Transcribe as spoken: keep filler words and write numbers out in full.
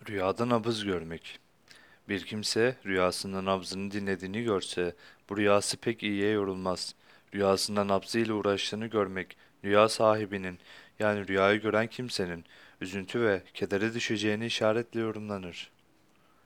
Rüyada nabız görmek. Bir kimse rüyasında nabzını dinlediğini görse, bu rüyası pek iyiye yorulmaz. Rüyasında nabzıyla uğraştığını görmek, rüya sahibinin, yani rüyayı gören kimsenin üzüntü ve kedere düşeceğini işaretle yorumlanır.